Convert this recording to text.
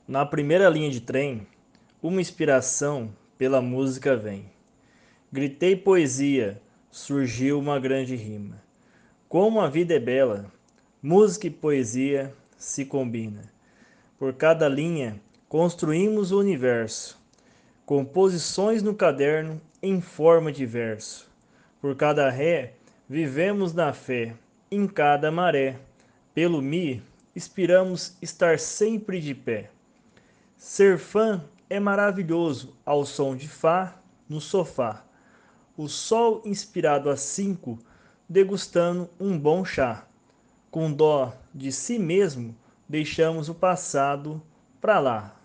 Na primeira linha de trem, uma inspiração pela música vem. Gritei poesia, surgiu uma grande rima. Como a vida é bela, música e poesia se combinam. Por cada linha, construímos o universo. Composições no caderno em forma de verso. Por cada ré, vivemos na fé. Em cada maré, pelo mi, inspiramos estar sempre de pé. Ser fã é maravilhoso ao som de Fá no sofá. O sol inspirado a 5, degustando um bom chá. Com dó de si mesmo, deixamos o passado pra lá.